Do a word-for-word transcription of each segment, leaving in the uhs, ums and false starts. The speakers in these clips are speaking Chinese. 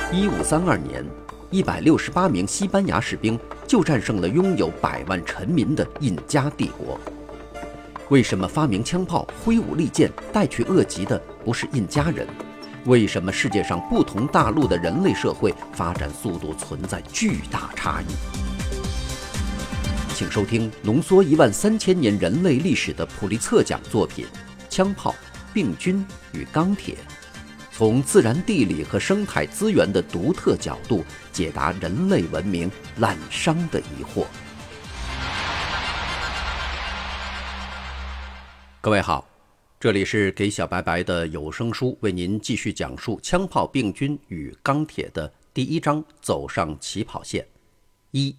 一五三二年，一百六十八名西班牙士兵就战胜了拥有百万臣民的印加帝国。为什么发明枪炮、挥舞利剑、带去恶疾的不是印加人？为什么世界上不同大陆的人类社会发展速度存在巨大差异？请收听浓缩一万三千年人类历史的普利策奖作品《枪炮、病菌与钢铁》，从自然地理和生态资源的独特角度解答人类文明滥觞的疑惑。各位好，这里是给小白白的有声书，为您继续讲述《枪炮、病菌与钢铁》的第一章，走上起跑线。一，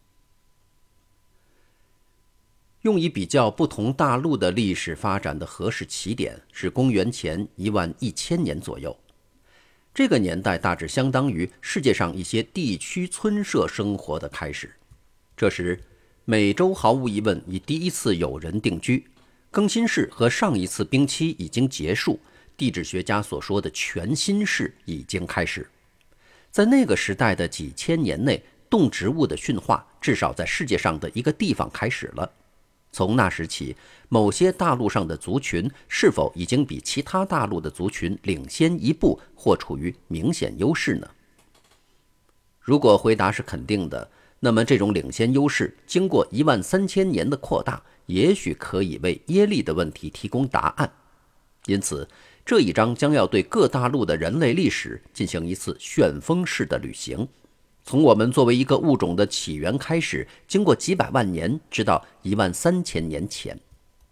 用以比较不同大陆的历史发展的合适起点是公元前一万一千年左右。这个年代大致相当于世界上一些地区村社生活的开始。这时，美洲毫无疑问已第一次有人定居，更新世和上一次冰期已经结束，地质学家所说的全新世已经开始。在那个时代的几千年内，动植物的驯化至少在世界上的一个地方开始了。从那时起，某些大陆上的族群是否已经比其他大陆的族群领先一步或处于明显优势呢？如果回答是肯定的，那么这种领先优势经过一万三千年的扩大，也许可以为耶利的问题提供答案。因此，这一章将要对各大陆的人类历史进行一次旋风式的旅行。从我们作为一个物种的起源开始，经过几百万年，直到一万三千年前。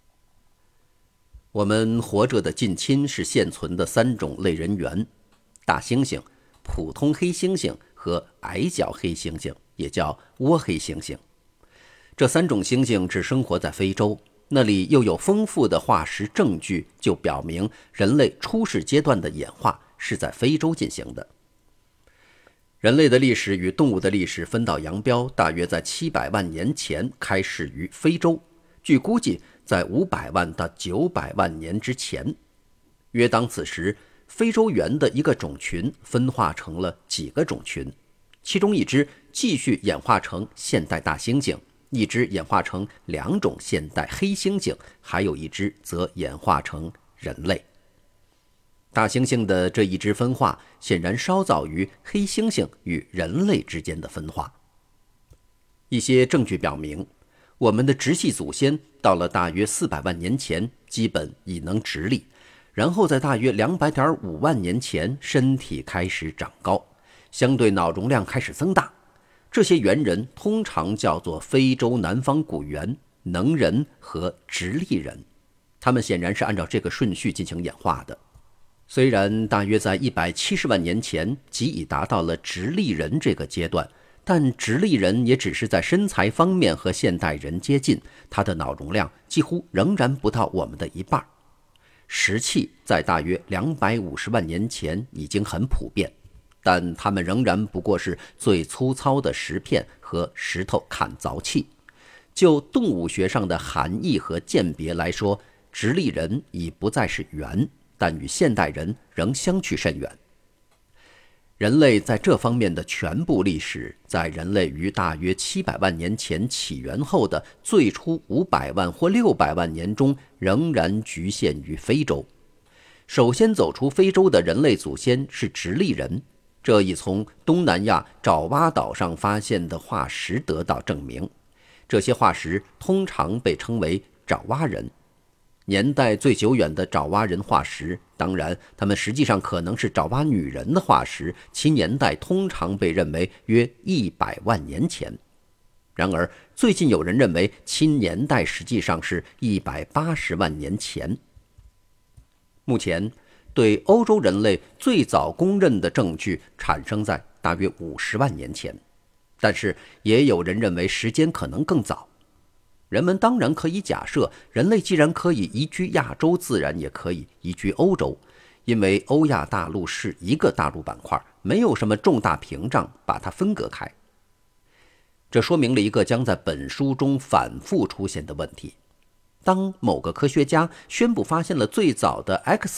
我们活着的近亲是现存的三种类人猿：大猩猩、普通黑猩猩和矮脚黑猩猩，也叫倭黑猩猩。这三种猩猩只生活在非洲，那里又有丰富的化石证据，就表明人类初始阶段的演化是在非洲进行的。人类的历史与动物的历史分道扬镳，大约在七百万年前开始于非洲，据估计在五百万到九百万年之前。约当此时，非洲猿的一个种群分化成了几个种群，其中一只继续演化成现代大猩猩，一只演化成两种现代黑猩猩，还有一只则演化成人类。大猩猩的这一支分化显然稍早于黑猩猩与人类之间的分化。一些证据表明，我们的直系祖先到了大约四百万年前基本已能直立，然后在大约两百点五万年前身体开始长高，相对脑容量开始增大。这些猿人通常叫做非洲南方古猿、能人和直立人，他们显然是按照这个顺序进行演化的。虽然大约在一百七十万年前即已达到了直立人这个阶段，但直立人也只是在身材方面和现代人接近，他的脑容量几乎仍然不到我们的一半。石器在大约两百五十万年前已经很普遍，但它们仍然不过是最粗糙的石片和石头砍凿器。就动物学上的含义和鉴别来说，直立人已不再是猿，但与现代人仍相去甚远。人类在这方面的全部历史，在人类于大约七百万年前起源后的最初五百万或六百万年中，仍然局限于非洲。首先走出非洲的人类祖先是直立人，这已从东南亚爪哇岛上发现的化石得到证明。这些化石通常被称为爪哇人。年代最久远的爪哇人化石，当然他们实际上可能是爪哇女人的化石，其年代通常被认为约一百万年前。然而最近有人认为其年代实际上是一百八十万年前。目前对欧洲人类最早公认的证据产生在大约五十万年前，但是也有人认为时间可能更早。人们当然可以假设，人类既然可以移居亚洲，自然也可以移居欧洲，因为欧亚大陆是一个大陆板块，没有什么重大屏障把它分隔开。这说明了一个将在本书中反复出现的问题：当某个科学家宣布发现了最早的 X，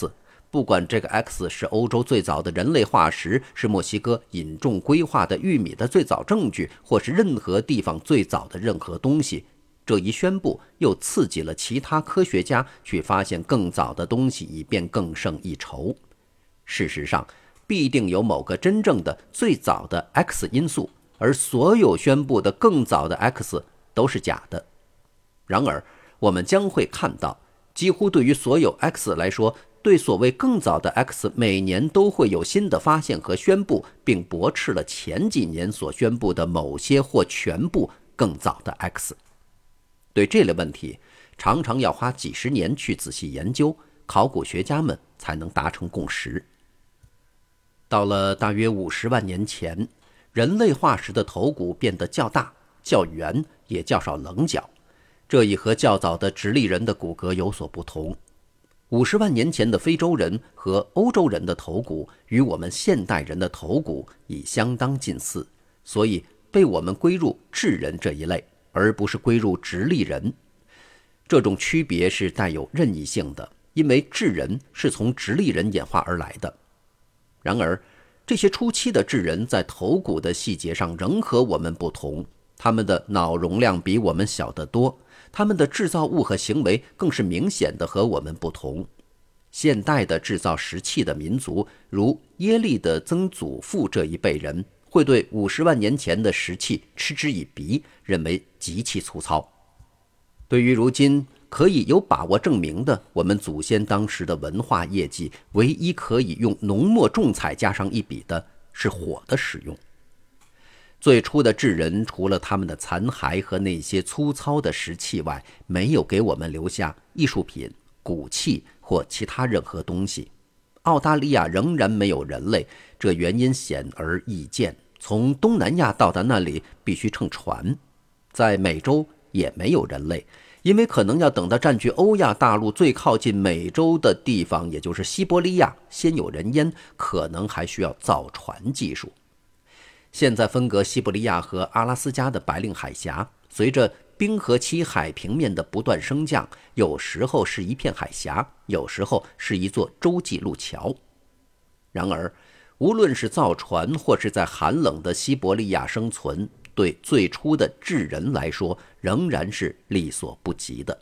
不管这个 X 是欧洲最早的人类化石，是墨西哥引种规划的玉米的最早证据，或是任何地方最早的任何东西，这一宣布又刺激了其他科学家去发现更早的东西，以便更胜一筹。事实上，必定有某个真正的最早的 X 因素，而所有宣布的更早的 X 都是假的。然而，我们将会看到，几乎对于所有 X 来说，对所谓更早的 X 每年都会有新的发现和宣布，并驳斥了前几年所宣布的某些或全部更早的 X。 对这类问题常常要花几十年去仔细研究，考古学家们才能达成共识。到了大约五十万年前，人类化石的头骨变得较大、较圆，也较少棱角，这已和较早的直立人的骨骼有所不同。五十万年前的非洲人和欧洲人的头骨与我们现代人的头骨已相当近似，所以被我们归入智人这一类，而不是归入直立人。这种区别是带有任意性的，因为智人是从直立人演化而来的。然而，这些初期的智人在头骨的细节上仍和我们不同，他们的脑容量比我们小得多，他们的制造物和行为更是明显的和我们不同。现代的制造石器的民族，如耶利的曾祖父这一辈人，会对五十万年前的石器嗤之以鼻，认为极其粗糙。对于如今可以有把握证明的我们祖先当时的文化业绩，唯一可以用浓墨重彩加上一笔的是火的使用。最初的智人除了他们的残骸和那些粗糙的石器外，没有给我们留下艺术品、骨器或其他任何东西。澳大利亚仍然没有人类，这原因显而易见，从东南亚到达那里必须乘船。在美洲也没有人类，因为可能要等到占据欧亚大陆最靠近美洲的地方，也就是西伯利亚，先有人烟，可能还需要造船技术。现在分隔西伯利亚和阿拉斯加的白令海峡，随着冰河期海平面的不断升降，有时候是一片海峡，有时候是一座洲际路桥。然而，无论是造船或是在寒冷的西伯利亚生存，对最初的智人来说仍然是力所不及的。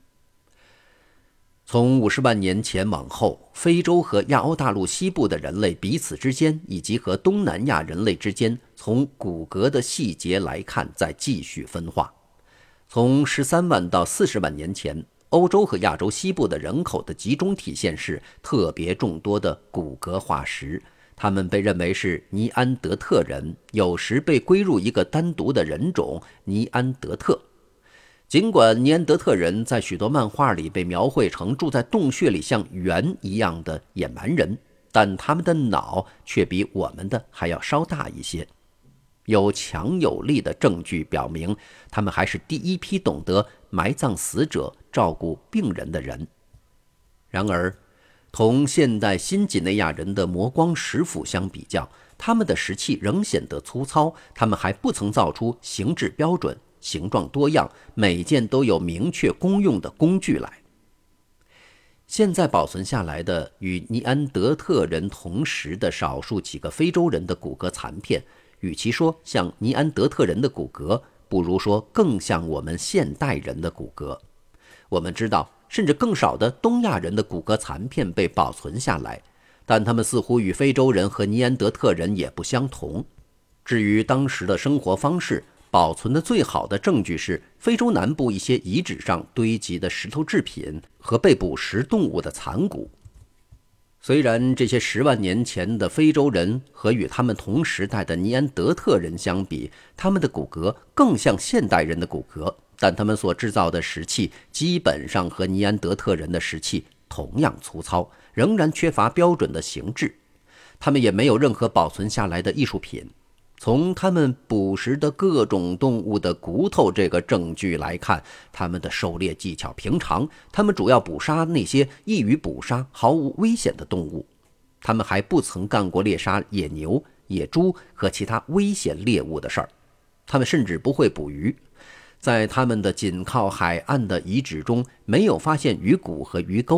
从五十万年前往后，非洲和亚欧大陆西部的人类彼此之间，以及和东南亚人类之间，从骨骼的细节来看，再继续分化。从十三万到四十万年前，欧洲和亚洲西部的人口的集中体现是特别众多的骨骼化石，他们被认为是尼安德特人，有时被归入一个单独的人种尼安德特。尽管尼安德特人在许多漫画里被描绘成住在洞穴里像猿一样的野蛮人，但他们的脑却比我们的还要稍大一些。有强有力的证据表明，他们还是第一批懂得埋葬死者、照顾病人的人。然而，同现代新几内亚人的磨光石斧相比较，他们的石器仍显得粗糙，他们还不曾造出形制标准、形状多样、每件都有明确功用的工具来。现在保存下来的与尼安德特人同时的少数几个非洲人的骨骼残片，与其说像尼安德特人的骨骼，不如说更像我们现代人的骨骼。我们知道，甚至更少的东亚人的骨骼残片被保存下来，但他们似乎与非洲人和尼安德特人也不相同。至于当时的生活方式，保存的最好的证据是非洲南部一些遗址上堆积的石头制品和被捕食动物的残骨。虽然这些十万年前的非洲人和与他们同时代的尼安德特人相比，他们的骨骼更像现代人的骨骼，但他们所制造的石器基本上和尼安德特人的石器同样粗糙，仍然缺乏标准的形制。他们也没有任何保存下来的艺术品。从他们捕食的各种动物的骨头这个证据来看，他们的狩猎技巧平常，他们主要捕杀那些易于捕杀、毫无危险的动物。他们还不曾干过猎杀野牛、野猪和其他危险猎物的事儿。他们甚至不会捕鱼。在他们的紧靠海岸的遗址中，没有发现鱼骨和鱼钩。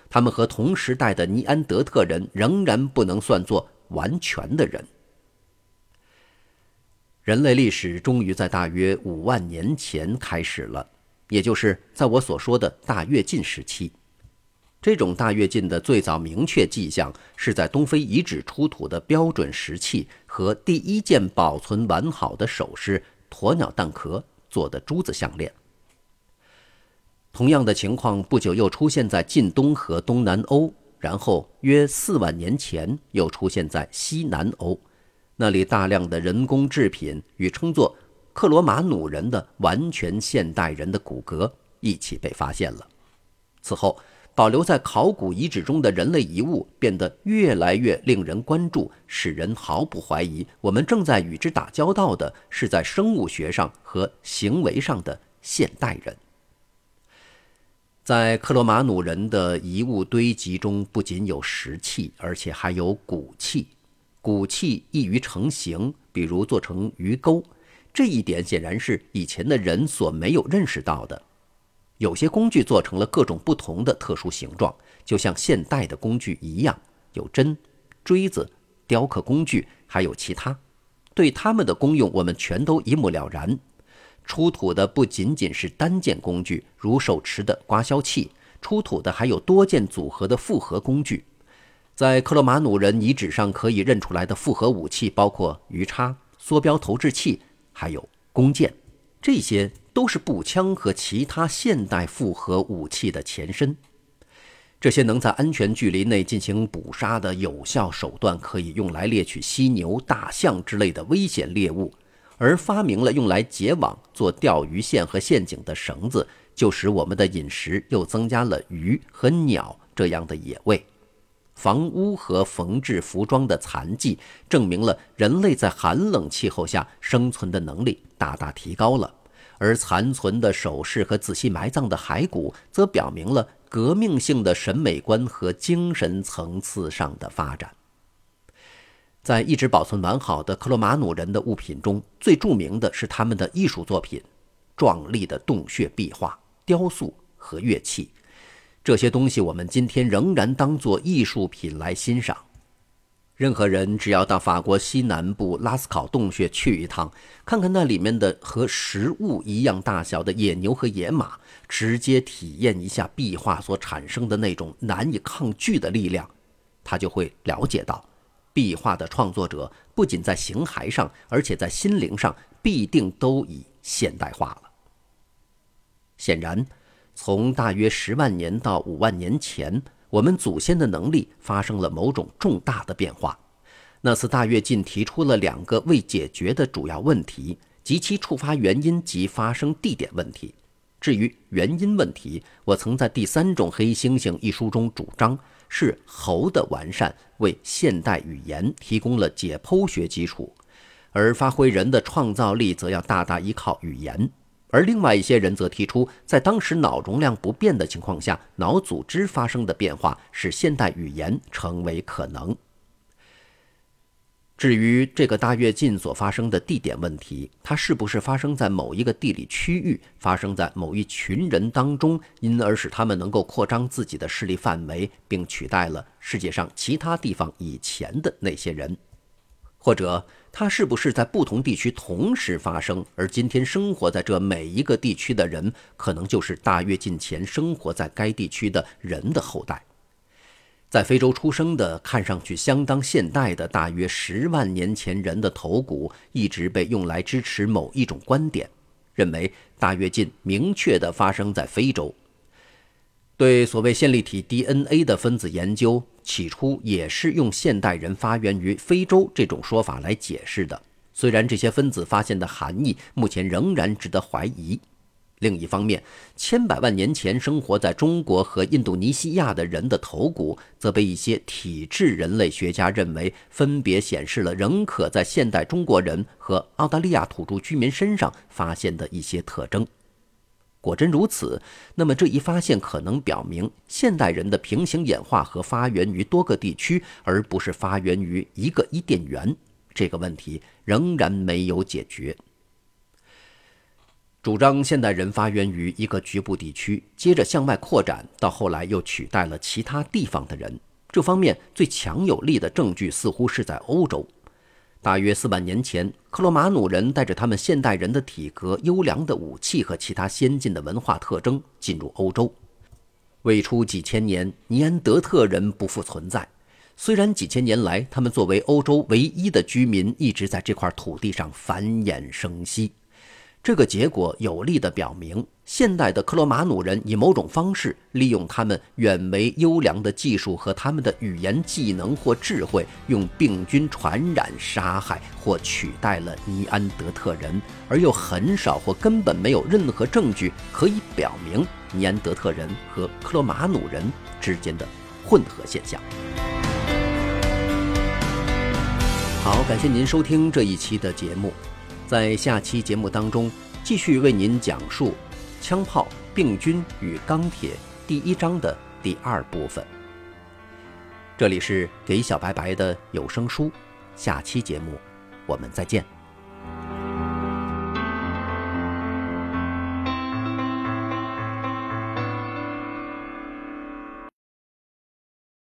他们和同时代的尼安德特人仍然不能算作完全的人。人类历史终于在大约五万年前开始了，也就是在我所说的大跃进时期。这种大跃进的最早明确迹象是在东非遗址出土的标准石器和第一件保存完好的首饰鸵鸟蛋壳做的珠子项链。同样的情况不久又出现在近东和东南欧，然后约四万年前又出现在西南欧，那里大量的人工制品与称作克罗马努人的完全现代人的骨骼一起被发现了。此后保留在考古遗址中的人类遗物变得越来越令人关注，使人毫不怀疑我们正在与之打交道的是在生物学上和行为上的现代人。在克罗马努人的遗物堆积中，不仅有石器，而且还有骨器。骨器易于成形，比如做成鱼钩，这一点显然是以前的人所没有认识到的。有些工具做成了各种不同的特殊形状，就像现代的工具一样，有针、锥子、雕刻工具，还有其他。对它们的功用我们全都一目了然。出土的不仅仅是单件工具，如手持的刮削器，出土的还有多件组合的复合工具。在克罗马努人遗址上可以认出来的复合武器包括鱼叉、梭镖投掷器，还有弓箭，这些都是步枪和其他现代复合武器的前身。这些能在安全距离内进行捕杀的有效手段，可以用来猎取犀牛、大象之类的危险猎物，而发明了用来结网、做钓鱼线和陷阱的绳子，就使我们的饮食又增加了鱼和鸟这样的野味。房屋和缝制服装的残迹证明了人类在寒冷气候下生存的能力大大提高了，而残存的首饰和仔细埋葬的骸骨则表明了革命性的审美观和精神层次上的发展。在一直保存完好的克罗马努人的物品中，最著名的是他们的艺术作品，壮丽的洞穴壁画、雕塑和乐器。这些东西我们今天仍然当作艺术品来欣赏。任何人只要到法国西南部拉斯考洞穴去一趟，看看那里面的和实物一样大小的野牛和野马，直接体验一下壁画所产生的那种难以抗拒的力量，他就会了解到，壁画的创作者不仅在形骸上，而且在心灵上必定都已现代化了。显然，从大约十万年到五万年前，我们祖先的能力发生了某种重大的变化。那次大跃进提出了两个未解决的主要问题，及其触发原因及发生地点问题。至于原因问题，我曾在《第三种黑猩猩》一书中主张，是猴的完善为现代语言提供了解剖学基础，而发挥人的创造力则要大大依靠语言。而另外一些人则提出，在当时脑容量不变的情况下，脑组织发生的变化使现代语言成为可能。至于这个大跃进所发生的地点问题，它是不是发生在某一个地理区域，发生在某一群人当中，因而使他们能够扩张自己的势力范围，并取代了世界上其他地方以前的那些人？或者它是不是在不同地区同时发生，而今天生活在这每一个地区的人，可能就是大跃进前生活在该地区的人的后代？在非洲出生的看上去相当现代的大约十万年前人的头骨，一直被用来支持某一种观点，认为大跃进明确地发生在非洲。对所谓线粒体 D N A 的分子研究，起初也是用现代人发源于非洲这种说法来解释的，虽然这些分子发现的含义目前仍然值得怀疑。另一方面，千百万年前生活在中国和印度尼西亚的人的头骨，则被一些体质人类学家认为分别显示了仍可在现代中国人和澳大利亚土著居民身上发现的一些特征。果真如此，那么这一发现可能表明现代人的平行演化和发源于多个地区，而不是发源于一个伊甸园。这个问题仍然没有解决。 主张现代人发源于一个局部地区，接着向外扩展，到后来又取代了其他地方的人。这方面最强有力的证据似乎是在欧洲。大约四万年前，克罗马努人带着他们现代人的体格、优良的武器和其他先进的文化特征进入欧洲。未出几千年，尼安德特人不复存在。虽然几千年来，他们作为欧洲唯一的居民，一直在这块土地上繁衍生息。这个结果有力地表明，现代的克罗马努人以某种方式利用他们远为优良的技术和他们的语言技能或智慧，用病菌传染、杀害或取代了尼安德特人，而又很少或根本没有任何证据可以表明尼安德特人和克罗马努人之间的混合现象。好，感谢您收听这一期的节目。在下期节目当中，继续为您讲述枪炮、病菌与钢铁第一章的第二部分。这里是给小白白的有声书，下期节目我们再见。